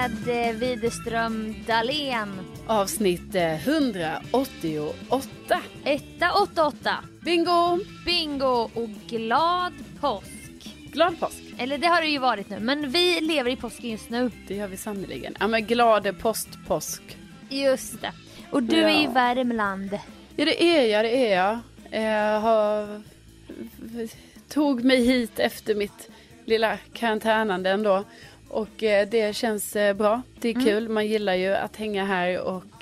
med Widerström Dahlén. Avsnitt 188. 188. Bingo! Bingo och glad påsk. Glad påsk. Eller det har det ju varit nu, men vi lever i påsken just nu. Det gör vi sannoliken. Ja, men glad påsk. Just det. Och du är i Värmland. Ja, det är jag. Jag tog mig hit efter mitt lilla karantänande ändå. Och det känns bra. Det är kul. Man gillar ju att hänga här. Och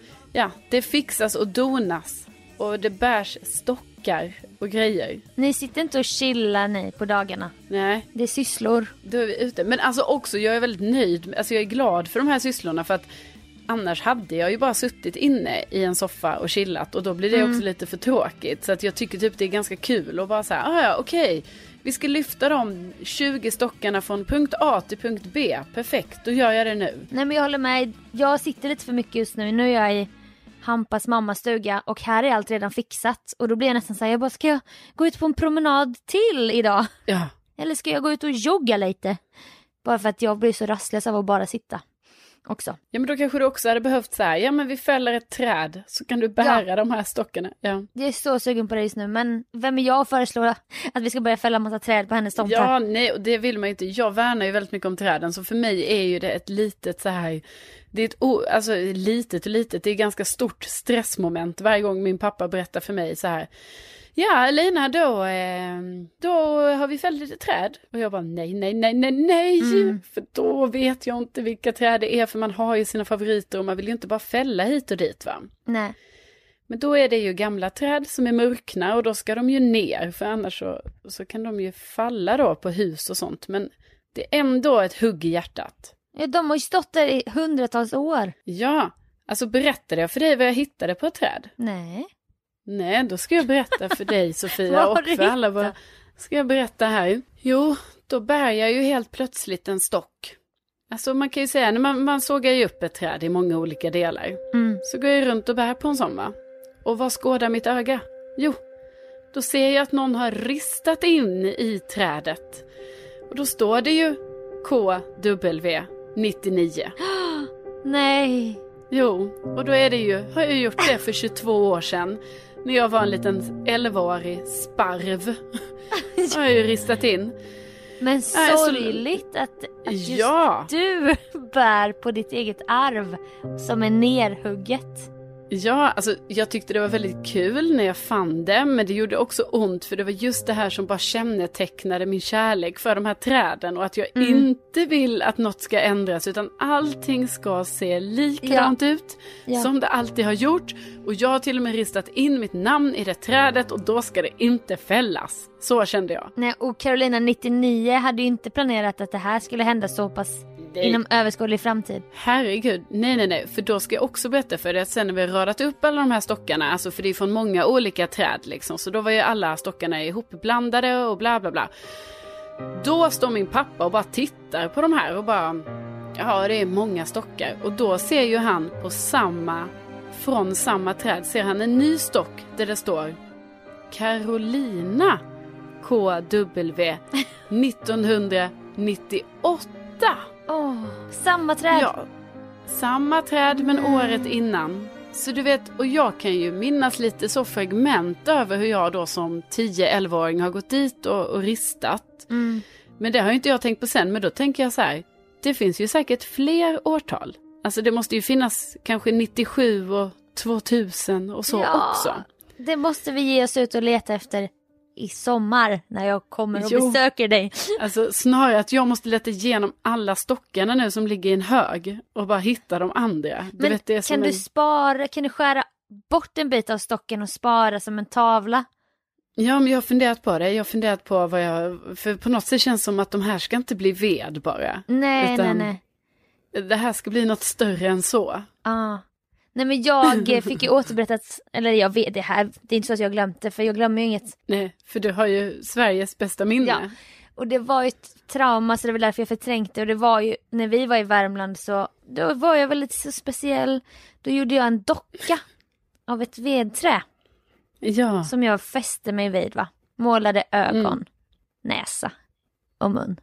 det fixas och donas. Och det bärs stockar och grejer. Ni sitter inte och chillar ni på dagarna. Nej. Det är sysslor. Då är vi ute. Men alltså också, jag är väldigt nöjd. Alltså jag är glad för de här sysslorna. För att annars hade jag ju bara suttit inne i en soffa och chillat. Och då blir det också lite för tråkigt. Så att jag tycker typ det är ganska kul. Och bara så här, okej. Vi ska lyfta de 20 stockarna från punkt A till punkt B. Perfekt, då gör jag det nu. Nej, men jag håller med. Jag sitter lite för mycket just nu. Nu är jag i Hampas mammas stuga. Och här är allt redan fixat. Och då blir jag nästan så här, ska jag gå ut på en promenad till idag? Ja. Eller ska jag gå ut och jogga lite? Bara för att jag blir så rastlös av att bara sitta. Också. Ja, men då kanske du också hade behövt så här, ja men vi fäller ett träd så kan du bära de här stockarna. Ja. Jag är så sugen på det just nu, men vem är jag att föreslå att vi ska börja fälla en massa träd på hennes tomt? Ja, nej, och det vill man ju inte. Jag värnar ju väldigt mycket om träden, så för mig är ju det ett litet så här, det är alltså litet, det är ganska stort stressmoment varje gång min pappa berättar för mig så här. Ja, Lina, då har vi fällt lite träd. Och jag bara, nej. För då vet jag inte vilka träd det är. För man har ju sina favoriter och man vill ju inte bara fälla hit och dit, va? Nej. Men då är det ju gamla träd som är mörkna och då ska de ju ner. För annars så kan de ju falla då på hus och sånt. Men det är ändå ett hugg i hjärtat. Ja, de har ju stått där i hundratals år. Ja, alltså berättade jag för dig vad jag hittade på ett träd? Nej, då ska jag berätta för dig, Sofia, och för alla. Vad ska jag berätta här? Jo, då bär jag ju helt plötsligt en stock. Alltså man kan ju säga, när man sågar ju upp ett träd i många olika delar. Så går jag runt och bär på en sån, va? Och vad skådar mitt öga? Jo, då ser jag att någon har ristat in i trädet. Och då står det ju KW99. Nej. Jo, och då är det ju, har jag gjort det för 22 år sedan. När jag var en liten 11-årig sparv. Har jag ju ristat in. Men sorgligt att just du bär på ditt eget arv som är nerhugget. Ja, alltså jag tyckte det var väldigt kul när jag fann det. Men det gjorde också ont, för det var just det här som bara kännetecknade min kärlek för de här träden. Och att jag inte vill att något ska ändras, utan allting ska se likadant ut som det alltid har gjort. Och jag har till och med ristat in mitt namn i det trädet, och då ska det inte fällas. Så kände jag. Nej, och Carolina 99 hade ju inte planerat att det här skulle hända så pass inom överskådlig framtid. Herregud, nej. För då ska jag också berätta för dig att sen när vi har radat upp alla de här stockarna, alltså för det är från många olika träd liksom, så då var ju alla stockarna ihopblandade och bla bla bla. Då står min pappa och bara tittar på de här och bara, ja, det är många stockar. Och då ser ju han från samma träd ser han en ny stock där det står Carolina KW 1998. Samma träd. Ja, samma träd men året innan. Så du vet, och jag kan ju minnas lite så fragment över hur jag då som 10-11-åring har gått dit och ristat. Men det har ju inte jag tänkt på sen. Men då tänker jag så här, det finns ju säkert fler årtal. Alltså det måste ju finnas kanske 97 och 2000 och så också. Det måste vi ge oss ut och leta efter i sommar när jag kommer och besöker dig. Alltså snarare att jag måste leta igenom alla stockarna nu som ligger i en hög och bara hitta de andra. Men vet, det är kan du skära bort en bit av stocken och spara som en tavla? Ja, men jag har funderat på det. Jag har funderat på för på något sätt känns som att de här ska inte bli ved bara. Nej. Det här ska bli något större än så. Nej, men jag fick ju återberättat, eller jag vet det här, det är inte så att jag glömt det, för jag glömmer ju inget. Nej, för du har ju Sveriges bästa minne. Ja, och det var ju ett trauma, så det var därför jag förträngte. Och det var ju, när vi var i Värmland så, då var jag väldigt så speciell. Då gjorde jag en docka av ett vedträ. Ja. Som jag fäste mig vid, va. Målade ögon, näsa och mun.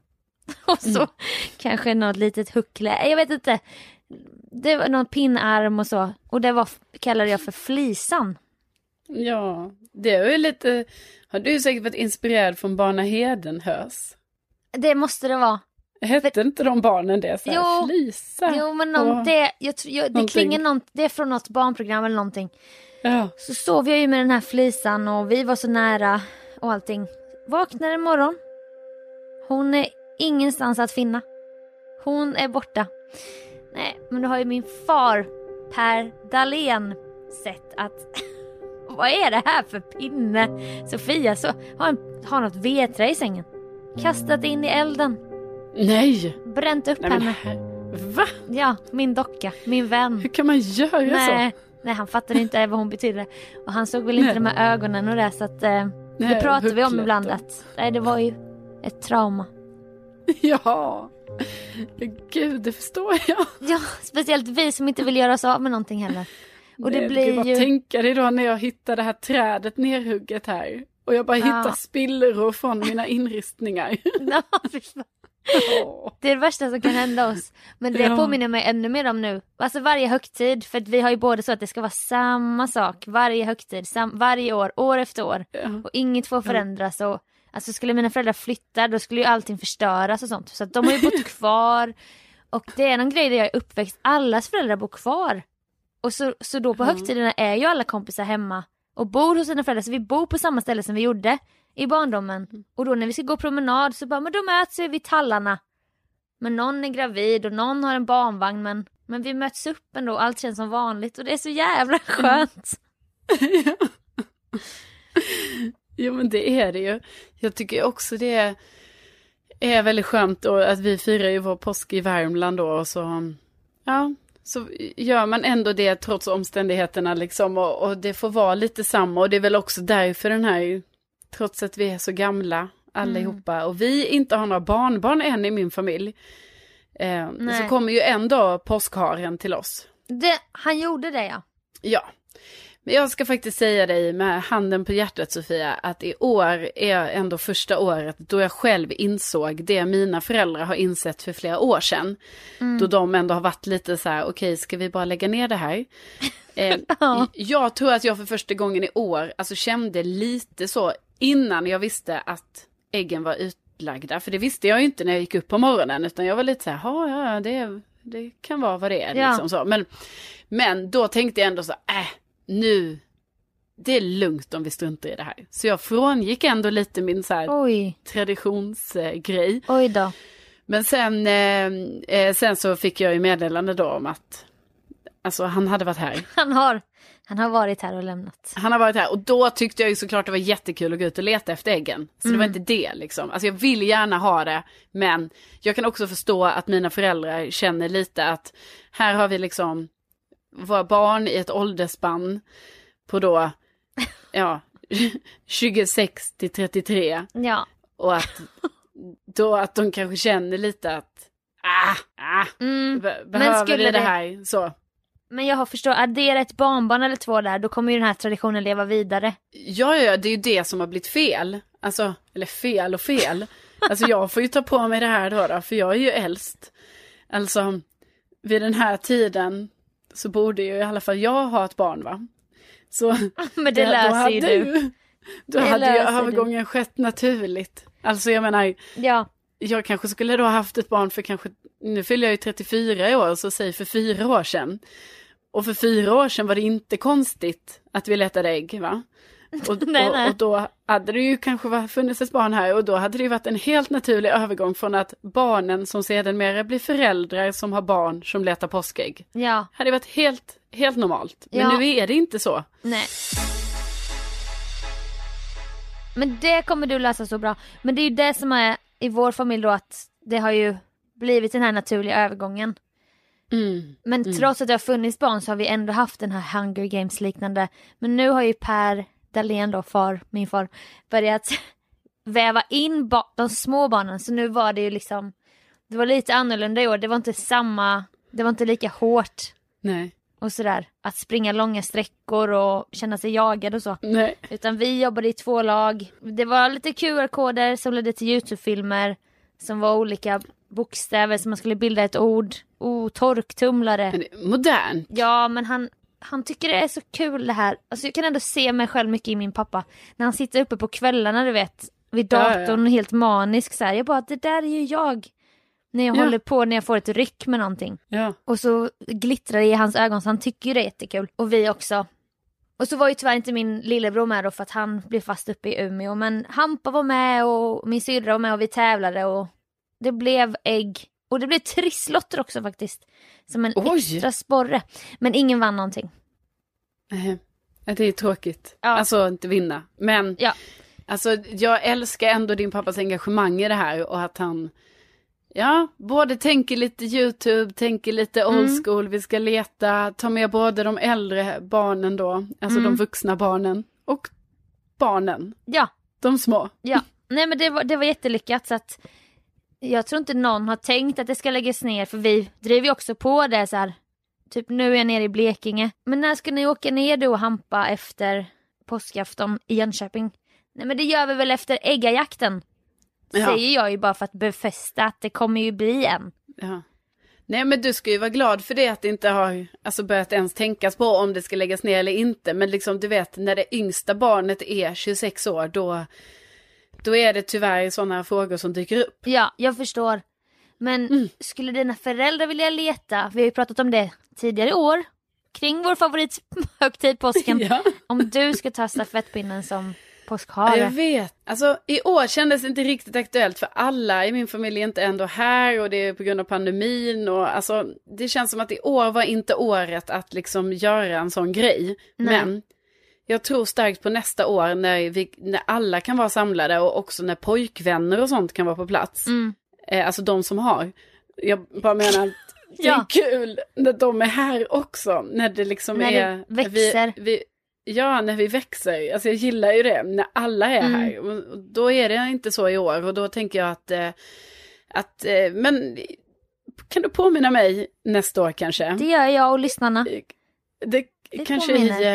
Och så kanske något litet huckle. Jag vet inte. Det var någon pinnarm och så. Och det kallade jag för flisan. Ja, det är ju lite... Har du säkert varit inspirerad från Barna Hedenhös? Det måste det vara. Hette inte de barnen det? Så här, flisa? Jo, men det klingar något. Det är från något barnprogram eller någonting. Ja. Så sov jag ju med den här flisan och vi var så nära och allting. Vaknade imorgon. Hon är ingenstans att finna. Hon är borta. Nej, men då har ju min far Per Dahlén sett att vad är det här för pinne? Sofia så har något vedträ i sängen. Kastat in i elden. Nej! Bränt upp henne. Va? Ja, min docka, min vän. Hur kan man göra så? Nej, han fattade inte vad hon betydde. Och han såg väl inte de här ögonen och det. Så att det pratar vi om ibland. Att, det var ju ett trauma. Ja, gud, det förstår jag. Ja, speciellt vi som inte vill göra oss av med någonting heller. Och det blir du kan bara tänka dig då när jag hittar det här trädet nerhugget här. Och jag bara hittar spillror från mina inristningar. Ja, det är det värsta som kan hända oss. Men det påminner mig ännu mer om nu. Alltså varje högtid. För att vi har ju både så att det ska vara samma sak. Varje högtid, varje år efter år. Och inget får förändras. Och, alltså skulle mina föräldrar flytta, då skulle ju allting förstöras och sånt. Så att de har ju bott kvar. Och det är någon grej där jag är uppväxt. Allas föräldrar bor kvar. Och så då på högtiderna är ju alla kompisar hemma. Och bor hos sina föräldrar. Så vi bor på samma ställe som vi gjorde i barndomen. Och då när vi ska gå promenad så bara, men då möts vi vid tallarna. Men någon är gravid och någon har en barnvagn. Men vi möts upp ändå. Allt känns som vanligt. Och det är så jävla skönt. Jo, men det är det ju. Jag tycker också det är väldigt skönt att vi firar ju vår påsk i Värmland då. Och så, så gör man ändå det trots omständigheterna liksom. Och det får vara lite samma. Och det är väl också därför den här, trots att vi är så gamla allihopa. Och vi inte har några barnbarn än i min familj. Så kommer ju ändå påskharen till oss. Han gjorde det, ja. Ja. Men jag ska faktiskt säga dig med handen på hjärtat, Sofia, att i år är ändå första året då jag själv insåg det mina föräldrar har insett för flera år sedan. Då de ändå har varit lite så här, okej, ska vi bara lägga ner det här? Jag tror att jag för första gången i år alltså kände lite så innan jag visste att äggen var utlagda. För det visste jag ju inte när jag gick upp på morgonen, utan jag var lite så här, det kan vara vad det är. Ja. Liksom så. Men då tänkte jag ändå så nu, det är lugnt om vi struntar i det här. Så jag frångick ändå lite min så här traditionsgrej. Oj då. Men sen så fick jag ju meddelande då om att alltså, han hade varit här. Han har varit här och lämnat. Han har varit här och då tyckte jag ju såklart det var jättekul att gå ut och leta efter äggen. Så det var inte det liksom. Alltså jag vill gärna ha det, men jag kan också förstå att mina föräldrar känner lite att här har vi liksom våra barn i ett åldersspann på då 26 till 33. Ja. Och att de kanske känner lite att behöver vi det här så. Men jag förstår, addera ett barnbarn eller två där, då kommer ju den här traditionen leva vidare. Ja, det är ju det som har blivit fel. Alltså, eller fel och fel. Alltså jag får ju ta på mig det här då, för jag är ju äldst. Alltså, vid den här tiden så borde ju i alla fall jag ha ett barn, va? Så men det löser ju du. Då hade ju övergången skett naturligt. Alltså jag menar, jag kanske skulle då ha haft ett barn för kanske, nu fyller jag ju 34 år, så säg för 4 år sedan. Och för 4 år sedan var det inte konstigt att vi letade ägg, va? Och då hade det ju kanske funnits ett barn här och då hade det ju varit en helt naturlig övergång från att barnen som sedan mer blir föräldrar som har barn som letar påskägg. Ja. Hade varit helt normalt. Men nu är det inte så. Nej. Men det kommer du lösa så bra. Men det är ju det som är i vår familj då, att det har ju blivit den här naturliga övergången. Men trots att det har funnits barn så har vi ändå haft den här Hunger Games liknande. Men nu har ju Per Dahlén då, min far, börjat väva in de små barnen. Så nu var det ju liksom, det var lite annorlunda i år. Det var inte lika hårt. Nej. Och sådär, att springa långa sträckor och känna sig jagad och så. Nej. Utan vi jobbade i 2 lag. Det var lite QR-koder som ledde till YouTube-filmer. som var olika bokstäver som man skulle bilda ett ord. Torktumlare. Men modernt. Ja, men han tycker det är så kul det här. Alltså jag kan ändå se mig själv mycket i min pappa. När han sitter uppe på kvällarna, du vet, vid datorn helt manisk så här. Jag bara, det där är ju jag. När jag håller på, när jag får ett ryck med någonting. Ja. Och så glittrar det i hans ögon, så han tycker ju det är jättekul. Och vi också. Och så var ju tyvärr inte min lillebror med då, för att han blev fast uppe i Umeå. Men Hampa var med och min syrra var med och vi tävlade. Och det blev ägg. Och det blev trisslotter också faktiskt. Som en extra sporre. Men ingen vann någonting. Det är tråkigt. Ja. Alltså inte vinna. Men alltså, jag älskar ändå din pappas engagemang i det här. Och att han både tänker lite YouTube, tänker lite old school. Vi ska leta, ta med både de äldre barnen då. Alltså de vuxna barnen. Och barnen. Ja. De små. Ja. Nej, men det var jättelyckat, så att jag tror inte någon har tänkt att det ska läggas ner, för vi driver ju också på det så här. Typ nu är jag nere i Blekinge. Men när ska ni åka ner då och Hampa efter påskafton i Jönköping? Nej, men det gör vi väl efter äggajakten. Säger jag ju bara för att befästa att det kommer ju bli en. Ja. Nej, men du ska ju vara glad för det, att det inte har börjat ens tänkas på om det ska läggas ner eller inte. Men liksom, du vet, när det yngsta barnet är 26 år, då är det tyvärr sådana frågor som dyker upp. Ja, jag förstår. Men skulle dina föräldrar vilja leta, vi har ju pratat om det tidigare i år, kring vår favorithögtid, påsken, om du ska ta stafettpinnen som påskhare. Jag vet. Alltså, i år kändes det inte riktigt aktuellt, för alla i min familj är inte ändå här, och det är på grund av pandemin. Och alltså, det känns som att i år var inte året att liksom göra en sån grej. Nej. Men jag tror starkt på nästa år när alla kan vara samlade, och också när pojkvänner och sånt kan vara på plats. Alltså de som har. Jag bara menar att det är kul när de är här också. När det liksom när det växer. När vi växer. Alltså jag gillar ju det. När alla är här. Och då är det inte så i år. Och då tänker jag att men kan du påminna mig nästa år kanske? Det gör jag och lyssnarna. Det kanske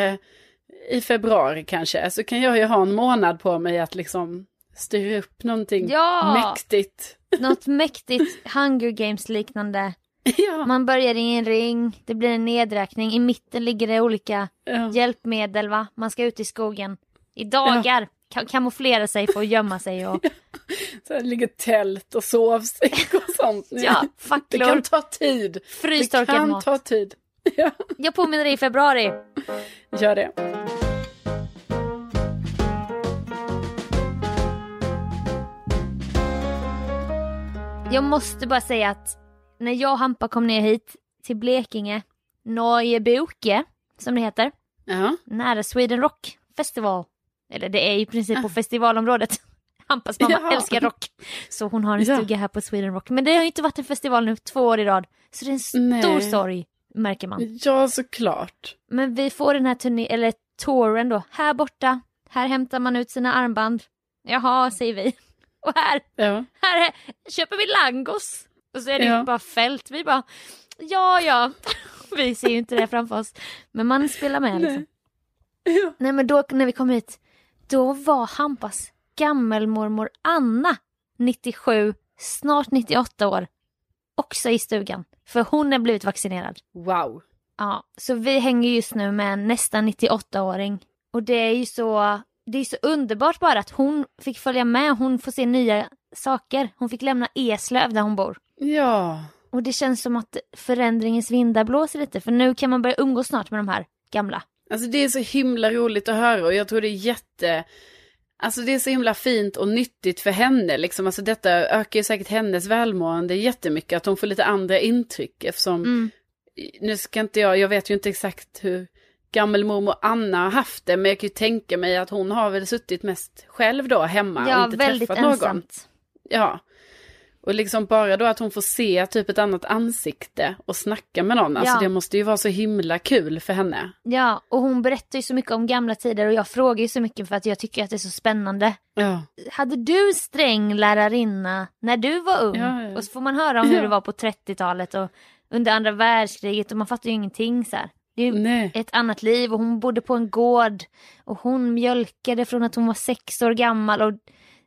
i februari kanske. Så kan jag ju ha en månad på mig att liksom styra upp någonting mäktigt. Något mäktigt Hunger Games liknande. Ja. Man börjar i en ring, det blir en nedräkning. I mitten ligger det olika hjälpmedel, va? Man ska ut i skogen i dagar, kamouflera sig för att gömma sig. Och... Så det ligger tält och sovsäck och sånt. Facklor. Det kan ta tid. Frystorkad mat. Ta tid. Ja. Jag påminner dig i februari. Gör det. Jag måste bara säga att när jag och Hampa kom ner hit till Blekinge, Norrboke som det heter, nära Sweden Rock Festival, eller det är i princip på festivalområdet. Hampas mamma älskar rock, så hon har en stuga här på Sweden Rock. Men det har ju inte varit en festival nu 2 år i rad, så det är en stor sorg, märker man. Ja, såklart. Men vi får den här touren då, här borta. Här hämtar man ut sina armband. Jaha, säger vi. Och här köper vi langos. Och så är det ju bara fält. Vi bara, vi ser ju inte det framför oss. Men man spelar med liksom. Nej, men då när vi kom hit, då var Hampas gammelmormor Anna, 97, snart 98 år, också i stugan. För hon är blivit vaccinerad. Wow. Ja, så vi hänger just nu med en nästan 98-åring. Och det är ju så underbart bara att hon fick följa med. Hon får se nya saker. Hon fick lämna Eslöv där hon bor. Ja. Och det känns som att förändringens vindar blåser lite. För nu kan man börja umgås snart med de här gamla. Alltså det är så himla roligt att höra. Och jag tror det är alltså det är så himla fint och nyttigt för henne. Liksom. Alltså detta ökar ju säkert hennes välmående jättemycket. Att hon får lite andra intryck. Eftersom, nu ska inte jag vet ju inte exakt hur gammelmormor Anna har haft det. Men jag kan ju tänka mig att hon har väl suttit mest själv då hemma. Och inte väldigt träffat ensamt. Någon. Ja. Och liksom bara då att hon får se typ ett annat ansikte och snacka med någon. Alltså det måste ju vara så himla kul för henne. Ja, och hon berättar ju så mycket om gamla tider och jag frågar ju så mycket för att jag tycker att det är så spännande. Ja. Hade du sträng lärarinna när du var ung? Ja. Och så får man höra om hur det var på 30-talet och under andra världskriget och man fattar ju ingenting så här. Det är ju ett annat liv och hon bodde på en gård och hon mjölkade från att hon var 6 år gammal och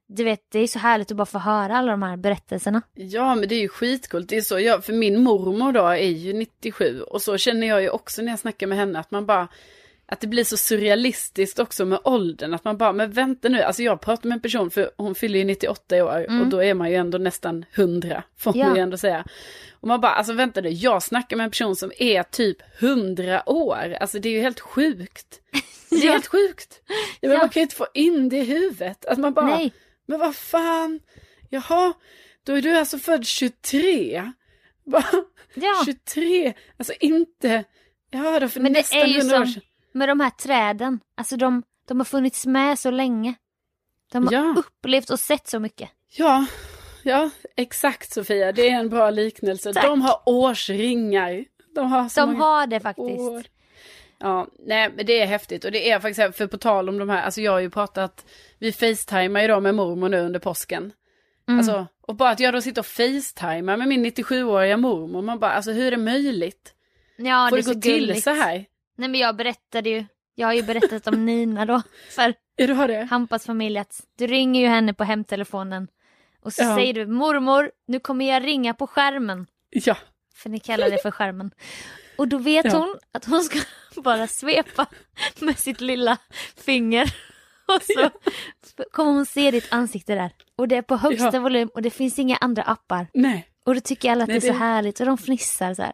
du vet, det är så härligt att bara få höra alla de här berättelserna. Ja, men det är ju skitkult. Det är så, för min mormor då är ju 97 och så känner jag ju också när jag snackar med henne att man bara, att det blir så surrealistiskt också med åldern, att man bara, men vänta nu, alltså jag pratar med en person, för hon fyller ju 98 år och då är man ju ändå nästan 100, får man ju ändå säga. Och man bara, alltså vänta nu, jag snackar med en person som är typ 100 år, alltså det är ju helt sjukt. Det är helt sjukt. Man kan ju inte få in det i huvudet, att man bara, nej. Men vad fan, jaha, då är du alltså född 23. Bara, 23, alltså inte, ja då för men nästan det är ju 100 år sedan. Med de här träden, alltså de har funnits med så länge. De har upplevt och sett så mycket. Ja, exakt Sofia, det är en bra liknelse. Tack. De har årsringar. De har det faktiskt. År. Ja, nej men det är häftigt och det är faktiskt, för på tal om de här, alltså jag har ju pratat, vi facetimar idag med mormor nu under påsken. Alltså, och bara att jag då sitter och facetimar med min 97-åriga mormor, man bara, alltså hur är det möjligt? Ja, får det gå till så här? Nej men jag har ju berättat om Nina då, för du har det? Hampas familj, att du ringer ju henne på hemtelefonen och så säger du, mormor, nu kommer jag ringa på skärmen. Ja. För ni kallar det för skärmen. Och då vet hon att hon ska bara svepa med sitt lilla finger. Och så kommer hon se ditt ansikte där. Och det är på högsta volym och det finns inga andra appar. Nej. Och då tycker alla att det är så härligt och de fnissar så här.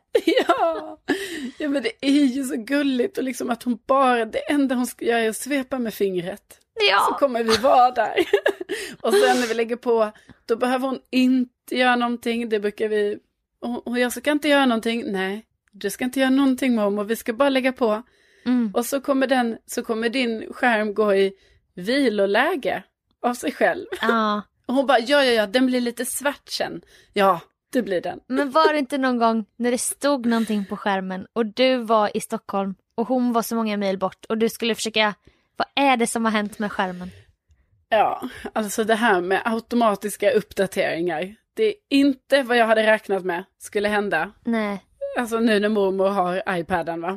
Ja, men det är ju så gulligt och liksom att hon bara, det enda hon ska göra är att svepa med fingret. Ja. Så kommer vi vara där. Och sen när vi lägger på, då behöver hon inte göra någonting. Det brukar vi, och jag ska inte göra någonting. Nej, du ska inte göra någonting mamma, vi ska bara lägga på. Och så kommer din skärm gå i viloläge av sig själv. Ja. Och hon bara, ja, den blir lite svart sen. Ja, det blir den. Men var det inte någon gång när det stod någonting på skärmen och du var i Stockholm och hon var så många mil bort och du skulle försöka, vad är det som har hänt med skärmen? Ja, alltså det här med automatiska uppdateringar, det är inte vad jag hade räknat med skulle hända. Nej. Alltså nu när mormor har iPaden, va?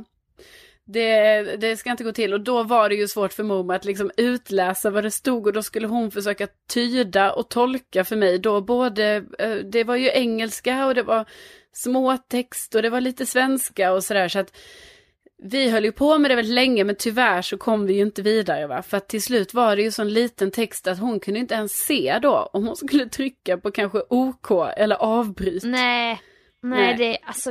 Det ska inte gå till. Och då var det ju svårt för mormor att liksom utläsa vad det stod. Och då skulle hon försöka tyda och tolka för mig. Då både, det var ju engelska och det var småtext och det var lite svenska och sådär. Så att vi höll ju på med det väldigt länge, men tyvärr så kom vi ju inte vidare, va? För att till slut var det ju sån liten text att hon kunde inte ens se då om hon skulle trycka på kanske OK eller avbryt. Nej. Det alltså...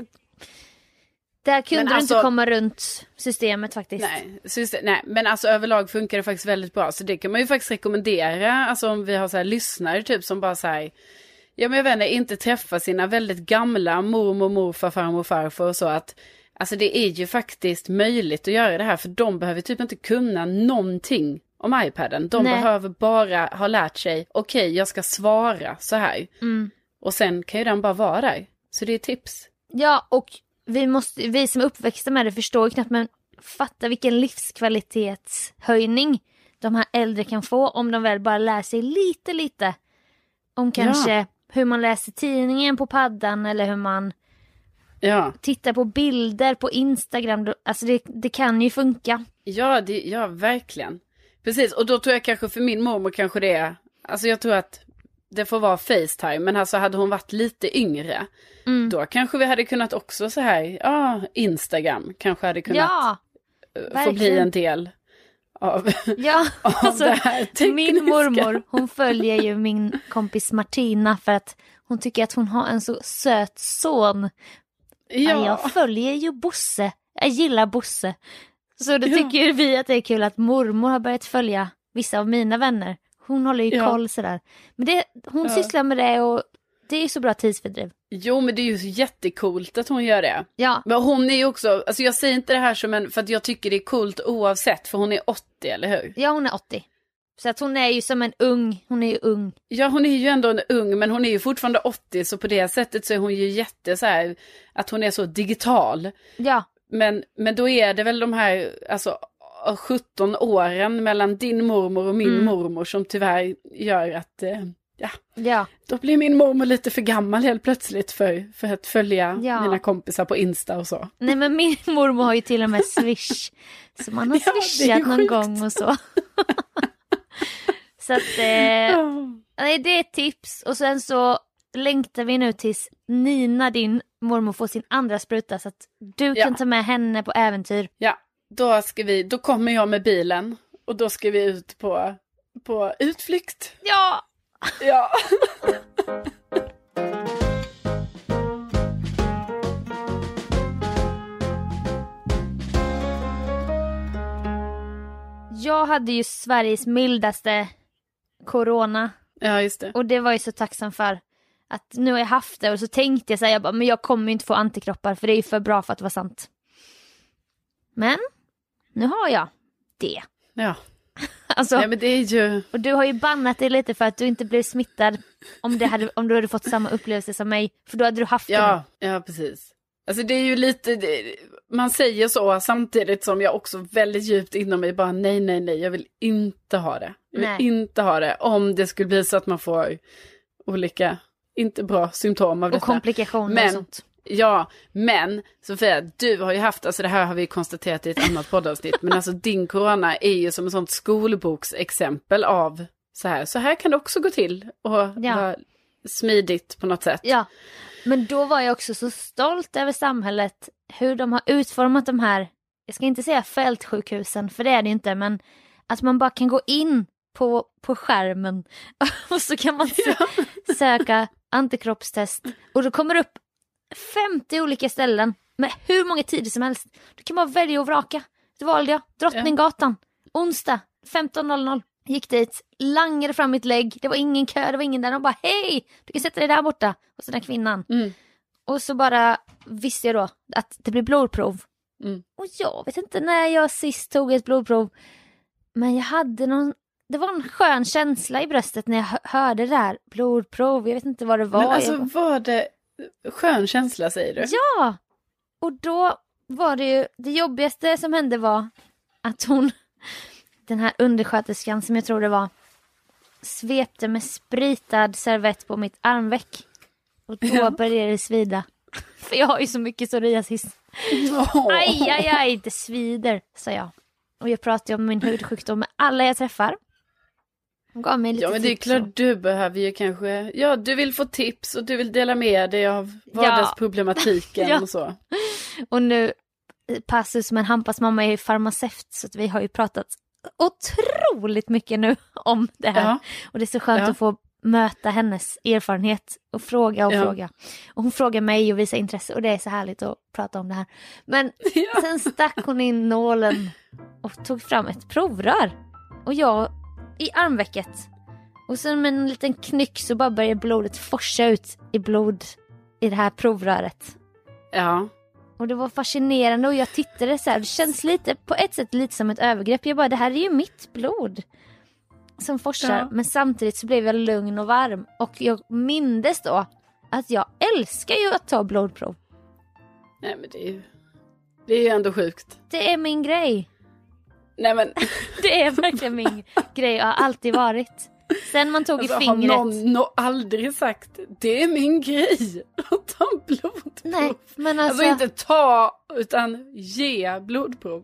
Där kunde du inte komma runt systemet faktiskt. Nej, men alltså överlag funkar det faktiskt väldigt bra. Så det kan man ju faktiskt rekommendera. Alltså om vi har så här lyssnare typ som bara så här, ja men jag vet inte, inte träffa sina väldigt gamla mormor, morfar, farmor, farfar och så att, alltså det är ju faktiskt möjligt att göra det här. För de behöver typ inte kunna någonting om iPaden. De behöver bara ha lärt sig, okej, jag ska svara så här. Och sen kan ju den bara vara där. Så det är tips. Ja, och vi som är uppväxta med det förstår knappt, men fatta vilken livskvalitetshöjning de här äldre kan få om de väl bara lär sig lite om kanske hur man läser tidningen på paddan eller hur man tittar på bilder på Instagram. Alltså det kan ju funka. Ja, verkligen. Precis, och då tror jag kanske för min mormor kanske det är, alltså jag tror att det får vara FaceTime, men alltså hade hon varit lite yngre då kanske vi hade kunnat också så här, Instagram kanske hade kunnat få bli en del av, av alltså, det här tekniska. Min mormor, hon följer ju min kompis Martina för att hon tycker att hon har en så söt son. Ja. Jag följer ju Bosse, jag gillar Bosse. Så då tycker vi att det är kul att mormor har börjat följa vissa av mina vänner. Hon håller ju koll sådär. Men hon sysslar med det och det är ju så bra tidsfördriv. Jo, men det är ju så jättekult att hon gör det. Ja. Men hon är ju också, alltså jag säger inte det här som en, för att jag tycker det är coolt oavsett, för hon är 80, eller hur? Ja, hon är 80. Så att hon är ju som hon är ju ung. Ja, hon är ju ändå en ung, men hon är ju fortfarande 80, så på det sättet så är hon ju jätte så här, att hon är så digital. Ja. Men då är det väl de här, alltså 17 åren mellan din mormor och min mormor som tyvärr gör att då blir min mormor lite för gammal helt plötsligt för att följa mina kompisar på Insta och så. Nej, men min mormor har ju till och med Swish, så man har swishat någon gång och så. Så att det är ett tips. Och sen så längtar vi nu tills Nina, din mormor, får sin andra spruta så att du kan ta med henne på äventyr. Ja, då kommer jag med bilen och då ska vi ut på utflykt. Ja! Ja. Jag hade ju Sveriges mildaste corona. Ja, just det. Och det var jag så tacksam för. Att nu har jag haft det och så tänkte jag säga men jag kommer ju inte få antikroppar för det är ju för bra för att vara sant. Men nu har jag det. Ja. Alltså, nej, men det är ju... Och du har ju bannat dig lite för att du inte blev smittad om du hade fått samma upplevelse som mig. För då hade du haft det. Ja, precis. Alltså det är ju lite, man säger så samtidigt som jag också väldigt djupt inom mig bara nej, jag vill inte ha det. Jag vill inte ha det om det skulle bli så att man får olika, inte bra symptom av detta. Och komplikationer och sånt. Ja, men Sofia, du har ju haft, alltså det här har vi konstaterat i ett annat poddavsnitt, men alltså din corona är ju som ett sånt skolboksexempel av så här kan det också gå till och vara smidigt på något sätt. Ja, men då var jag också så stolt över samhället, hur de har utformat de här, jag ska inte säga fältsjukhusen, för det är det inte, men att man bara kan gå in på skärmen och så kan man söka antikroppstest och då kommer det upp 50 olika ställen med hur många tider som helst. Du kan bara välja och vraka. Då valde jag Drottninggatan, onsdag 15.00. Gick dit, langade fram mitt lägg. Det var ingen kö, det var ingen där. De bara, hej, du kan sätta dig där borta. Och så den kvinnan. Och så bara visste jag då att det blir blodprov. Och jag vet inte när jag sist tog ett blodprov. Men jag hade det var en skön känsla i bröstet när jag hörde det där blodprov. Jag vet inte vad det var. Men alltså var det skön känsla, säger du? Ja! Och då var det ju, det jobbigaste som hände var att den här undersköterskan som jag tror det var, svepte med spritad servett på mitt armveck. Och då började det svida. För jag har ju så mycket psoriasis. Aj, det svider, sa jag. Och jag pratar om min hudsjukdom med alla jag träffar. Hon gav mig lite men det är klart du behöver ju kanske... Ja, du vill få tips och du vill dela med dig av vardagsproblematiken och så. Och nu passus med Hampas mamma är farmaceut, så att vi har ju pratat otroligt mycket nu om det här. Ja. Och det är så skönt att få möta hennes erfarenhet och fråga. Och hon frågar mig och visar intresse och det är så härligt att prata om det här. Men sen stack hon in nålen och tog fram ett provrör. Och jag i armvecket. Och sen med en liten knyck så bara börjar blodet forsa ut i det här provröret. Ja. Och det var fascinerande och jag tittade så här. Det känns på ett sätt lite som ett övergrepp. Jag bara, det här är ju mitt blod som forsar. Ja. Men samtidigt så blev jag lugn och varm. Och jag mindes då att jag älskar ju att ta blodprov. Nej, men det är ju ändå sjukt. Det är min grej. Nej, men... Det är verkligen min grej. Jag har alltid varit. Sen man tog i fingret. Har någon aldrig sagt det är min grej att ta blodprov? Nej, men alltså inte ta utan ge blodprov.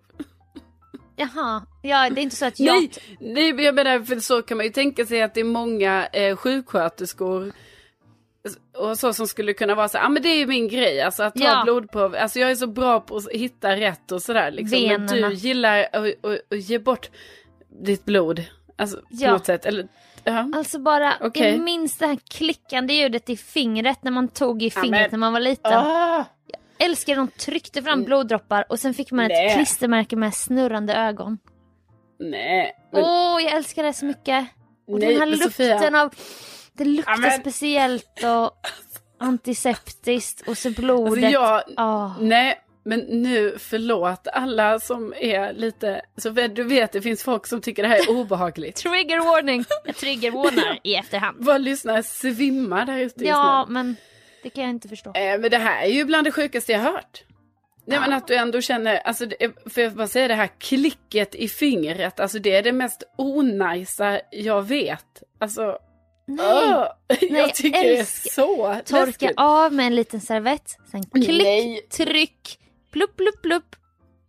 Jaha, ja, det är inte så att jag... Nej, jag menar, för så kan man ju tänka sig att det är många sjuksköterskor och så som skulle kunna vara så här, men det är ju min grej, alltså att ta blodprov, alltså jag är så bra på att hitta rätt och sådär liksom, men du gillar att ge bort ditt blod, alltså på något sätt, eller alltså bara, jag minns det här klickande ljudet i fingret när man tog i fingret när man var liten. Jag älskar de tryckte fram bloddroppar och sen fick man ett klistermärke med snurrande ögon. Nej. Jag älskar det så mycket. Och den här lukten av... Det luktar speciellt och antiseptiskt och så blodet. Alltså nej, men nu förlåt alla som är lite... Så du vet, det finns folk som tycker det här är obehagligt. Trigger warning. Jag triggervarnar i efterhand. Vad lyssnar svimmar där ute just nu. Men det kan jag inte förstå. Men det här är ju bland det sjukaste jag hört. Nej, men att du ändå känner, alltså, för jag bara säga det här klicket i fingret, alltså det är det mest onajsa jag vet. Alltså... Nej, jag tycker det är så torka läskigt. av med en liten servett. Sen klick, tryck, plupp, plupp, plupp.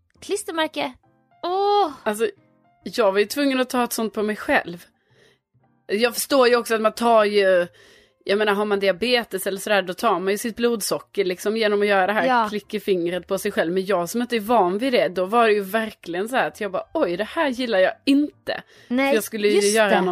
Klistermärke. Alltså, jag var ju tvungen att ta ett sånt på mig själv. Jag förstår ju också att man tar ju, jag menar har man diabetes eller sådär, då tar man ju sitt blodsocker liksom genom att göra det här klick i fingret på sig själv. Men jag som inte är van vid det, då var det ju verkligen så här att jag bara, oj, det här gillar jag inte. Nej, för jag skulle ju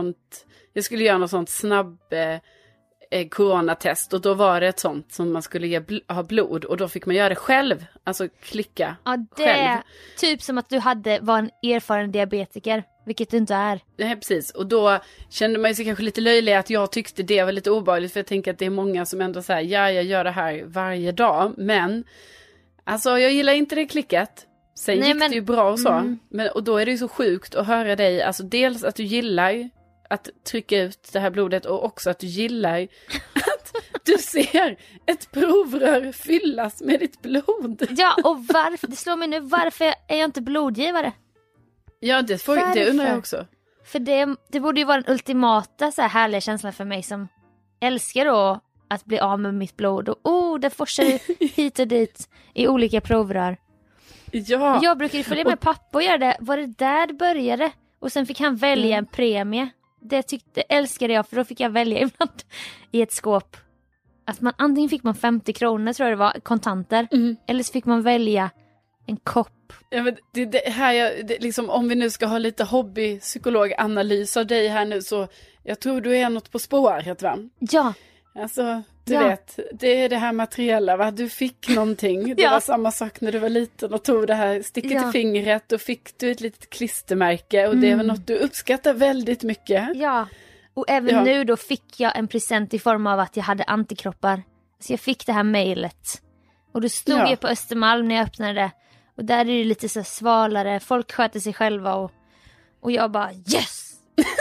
göra något sånt snabb coronatest, och då var det ett sånt som man skulle ha blod, och då fick man göra det själv, alltså klicka själv. Typ som att du var en erfaren diabetiker, vilket du inte är. Nej, precis, och då kände man sig kanske lite löjlig att jag tyckte det var lite obehagligt, för jag tänker att det är många som ändå säger, jag gör det här varje dag, men alltså jag gillar inte det klicket. Sen gick det ju bra och så, och då är det ju så sjukt att höra dig, alltså dels att du gillar att trycka ut det här blodet, och också att du gillar att du ser ett provrör fyllas med ditt blod. Ja, och det slår mig nu, varför är jag inte blodgivare? Ja, det undrar jag också. För det borde ju vara den ultimata så här härliga känslan för mig som älskar då att bli av med mitt blod. Och det forsar hit och dit i olika provrör. Ja. Jag brukar ju följa med pappa och göra det. Var det där det började? Och sen fick han välja en premie. Det älskade jag, för då fick jag välja ibland i ett skåp. Att antingen fick man 50 kronor, tror jag det var, kontanter. Eller så fick man välja en kopp. Ja, men det här, liksom, om vi nu ska ha lite hobbypsykologanalys av dig här nu, så jag tror du är något på spåret, va? Ja. Alltså, du vet, det är det här materiella, va? Du fick någonting. Det var samma sak när du var liten och tog det här sticket i fingret, och fick du ett litet klistermärke, och det var något du uppskattar väldigt mycket. Ja, och även nu då fick jag en present i form av att jag hade antikroppar. Så jag fick det här mejlet. Och då stod jag på Östermalm när jag öppnade det. Och där är det lite så svalare, folk sköter sig själva, och jag bara yes!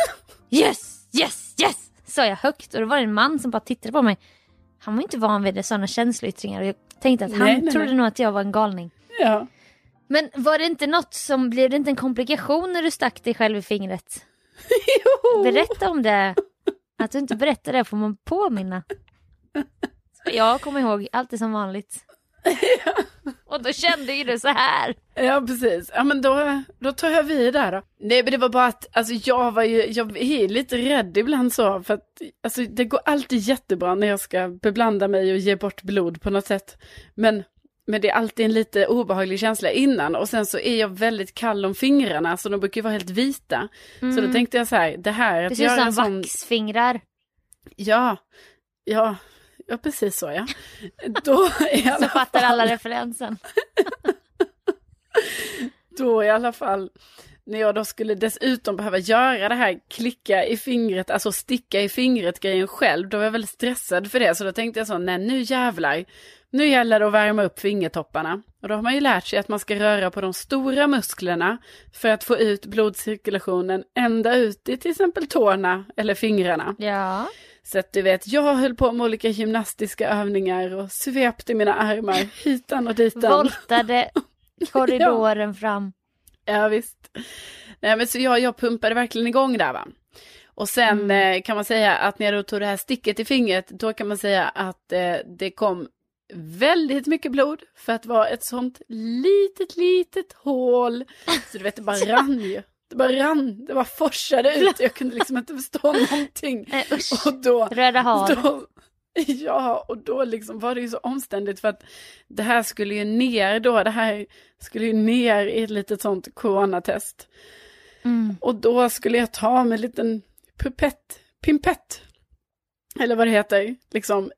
Yes, yes, yes! Så jag högt, och det var en man som bara tittade på mig. Han var inte van vid sådana känsloyttringar, och jag tänkte att han trodde nog att jag var en galning. Ja. Men var det inte något som, blev det inte en komplikation när du stack dig själv i fingret? Jo. Berätta om det. Att du inte berättar det får man påminna. Så jag kommer ihåg allt är som vanligt. Ja. Och då kände ju du så här. Ja, precis. Ja, men då tar jag vid där då. Nej, men det var bara att alltså, jag är lite rädd ibland så. För att alltså, det går alltid jättebra när jag ska beblanda mig och ge bort blod på något sätt. Men det är alltid en lite obehaglig känsla innan. Och sen så är jag väldigt kall om fingrarna. Så de brukar ju vara helt vita. Så då tänkte jag så här. Det här att göra en sån vaxfingrar. Ja, precis så, ja. Då så fattar alla referensen. Då i alla fall, när jag då skulle dessutom behöva göra det här klicka i fingret, alltså sticka i fingret grejen själv, då var jag väldigt stressad för det. Så då tänkte jag så, nej nu jävlar, nu gäller det att värma upp fingertopparna. Och då har man ju lärt sig att man ska röra på de stora musklerna för att få ut blodcirkulationen ända ut i till exempel tårna eller fingrarna. Ja. Så att du vet, jag höll på med olika gymnastiska övningar och svepte mina armar hitan och ditan. Voltade korridoren fram. Ja, visst. Nej, men så jag pumpade verkligen igång där, va. Och sen kan man säga att när jag då tog det här sticket i fingret, då kan man säga att det kom väldigt mycket blod för att vara ett sånt litet hål. Så du vet, det bara rann ju. Det bara rann, det bara forsade ut. Jag kunde liksom inte förstå någonting. Och då, röda hav. Ja, och då liksom var det ju så omständigt för att det här skulle ju ner då. Det här skulle ju ner i ett litet sånt coronatest. Och då skulle jag ta med en liten pimpett. Eller vad det heter. Liksom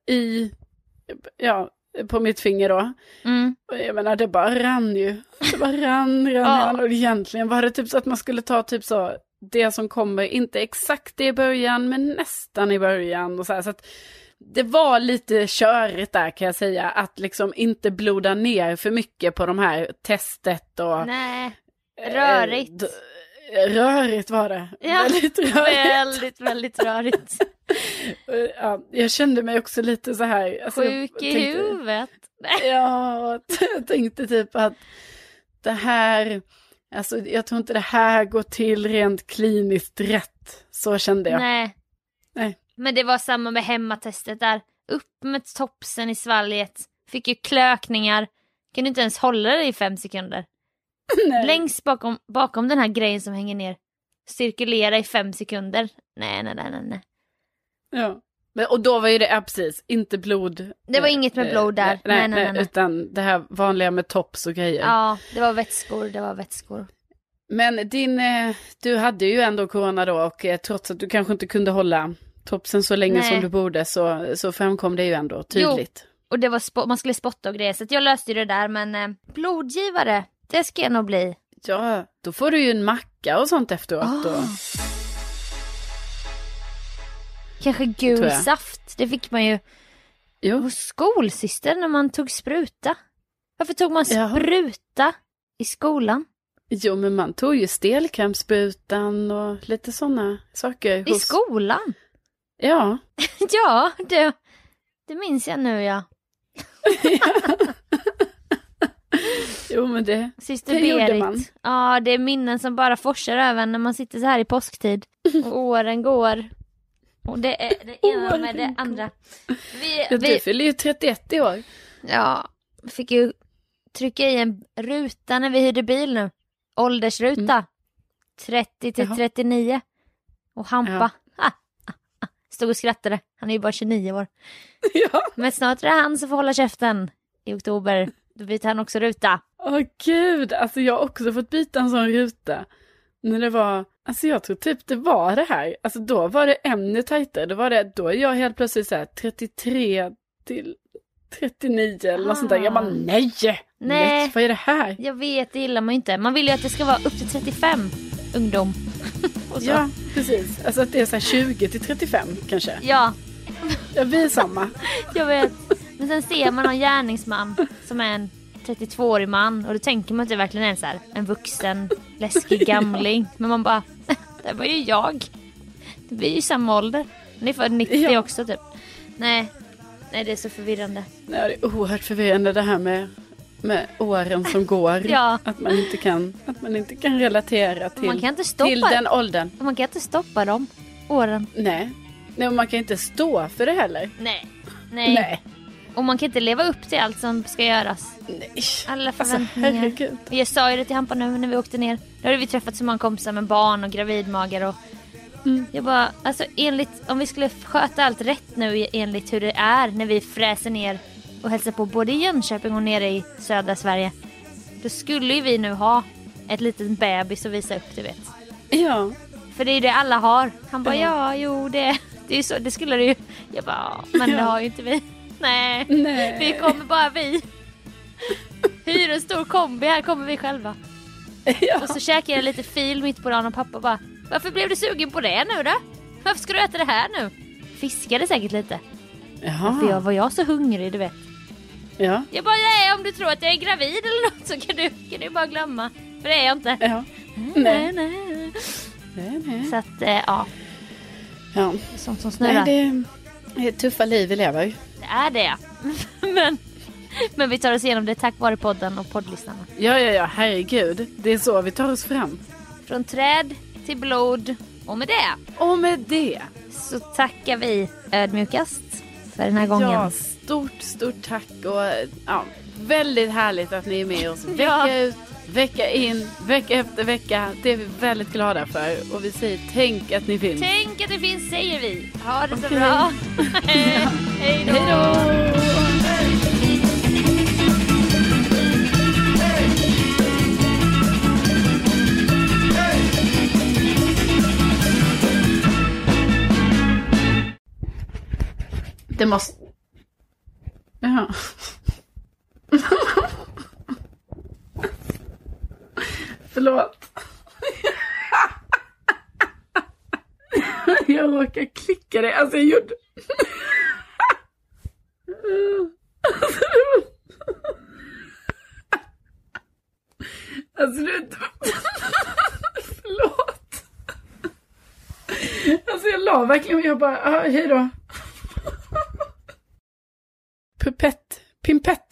på mitt finger då. Och jag menar, det bara rann ju. Det bara rann. Och egentligen var det typ så att man skulle ta typ så det som kommer, inte exakt i början, men nästan i början. Och så här, så att det var lite körigt där, kan jag säga. Att liksom inte bloda ner för mycket på de här testet. Och, nej, rörigt. Rörigt var det. Ja, väldigt rörigt. Väldigt rörigt. Ja, jag kände mig också lite så här. Alltså, sjuk i huvudet. Ja, jag tänkte typ att det här, alltså jag tror inte det här går till rent kliniskt rätt. Så kände jag. Nej. Men det var samma med hemmatestet där. Upp med topsen i svalget. Fick ju klökningar. Kunde inte ens hålla det i 5 sekunder. Nej. Längst bakom den här grejen som hänger ner. cirkulera i 5 sekunder. Nej. Ja. Och då var ju det precis, inte blod. Det var inget med blod där. Nej. Utan det här vanliga med tops och grejer. Ja, det var vätskor. Men du hade ju ändå corona då och trots att du kanske inte kunde hålla topsen så länge som du borde så framkom det ju ändå tydligt. Jo, och det var man skulle spotta och grejer så jag löste ju det där men blodgivare, det ska jag nog bli. Ja, då får du ju en macka och sånt efteråt då. Kanske gul saft, det fick man ju hos skolsyster när man tog spruta. Varför tog man spruta i skolan? Jo, men man tog ju stelkrampssprutan och lite sådana saker. I skolan? Ja. Ja, det minns jag nu, ja. Jo, men det gjorde man. Ja, det är minnen som bara forsar över när man sitter så här i påsktid. Och åren går. Och det är det ena med det andra. Du fyller ju 31 i år. Ja, fick ju trycka i en ruta när vi hyrde bil nu. Åldersruta. 30 till 39. Och Hampa. Stod och skrattade. Han är ju bara 29 år. Ja. Men snart är det han som får hålla käften i oktober. Då byter han också ruta. Åh gud, alltså jag har också fått byta en sån ruta. När det var, alltså jag tror typ det var det här. Alltså då var det ännu tajtare. Då är jag helt plötsligt så här 33 till 39 eller något sånt där. Jag bara nej, vad är det här? Jag vet, det gillar man inte. Man vill ju att det ska vara upp till 35 ungdom. Ja, precis. Alltså att det är så här 20 till 35 kanske. Ja. Vi är samma. Jag vet. Men sen ser man en gärningsman som är en 32-årig man. Och då tänker man att det verkligen är så här, en vuxen, läskig gamling. Men man bara, det var ju jag. Det blir ju samma ålder. Ni är född 90 också typ. Nej, det är så förvirrande. Nej, det är oerhört förvirrande det här med åren som går. Ja. Att man inte kan relatera till, man kan inte stoppa, till den åldern. Man kan inte stoppa dem, åren. Nej, och man kan inte stå för det heller. Nej. Och man kan inte leva upp till allt som ska göras. Nej. Alla förväntningar. Alltså, herregud. Jag sa ju det till Hampa nu när vi åkte ner. Då hade vi träffat så många kompisar med barn och gravidmagar och jag bara, alltså om vi skulle sköta allt rätt nu enligt hur det är när vi fräser ner och hälsar på både i Jönköping och nere i södra Sverige. Då skulle ju vi nu ha ett litet bebis att visa upp, du vet. Ja. För det är ju det alla har. Han bara, det är ju så, det skulle det ju. Jag bara, men det har ju inte vi. Nej. Vi kommer bara vi. Hyr en stor kombi, här kommer vi själva. Ja. Och så käkade jag lite fil mitt på dagen och pappa bara, varför blev du sugen på det nu då? Varför ska du äta det här nu? Fiskade säkert lite. Jaha. För var jag så hungrig, du vet. Ja. Jag bara, nej, om du tror att jag är gravid eller något så kan du bara glömma. För det är jag inte. Ja. Nej. Så att, ja. Sånt som snurrar. Nej, det är tuffa liv vi lever. Det är det. Men vi tar oss igenom det tack vare podden och poddlyssnarna. Ja, herregud. Det är så vi tar oss fram. Från träd till blod. Och med det så tackar vi ödmjukast för den här gången. Ja, stort tack. Och väldigt härligt att ni är med oss vecka ut, vecka in, vecka efter vecka. Det är vi väldigt glada för. Och vi säger tänk att ni finns. Tänk att ni finns, säger vi. Ha det så bra. Hej då. Det måste... Ja. Förlåt. Jag råkar klicka det. Alltså jag gjorde... Alltså du... Förlåt. Alltså jag la verkligen och jag bara... hej då. Pimpett.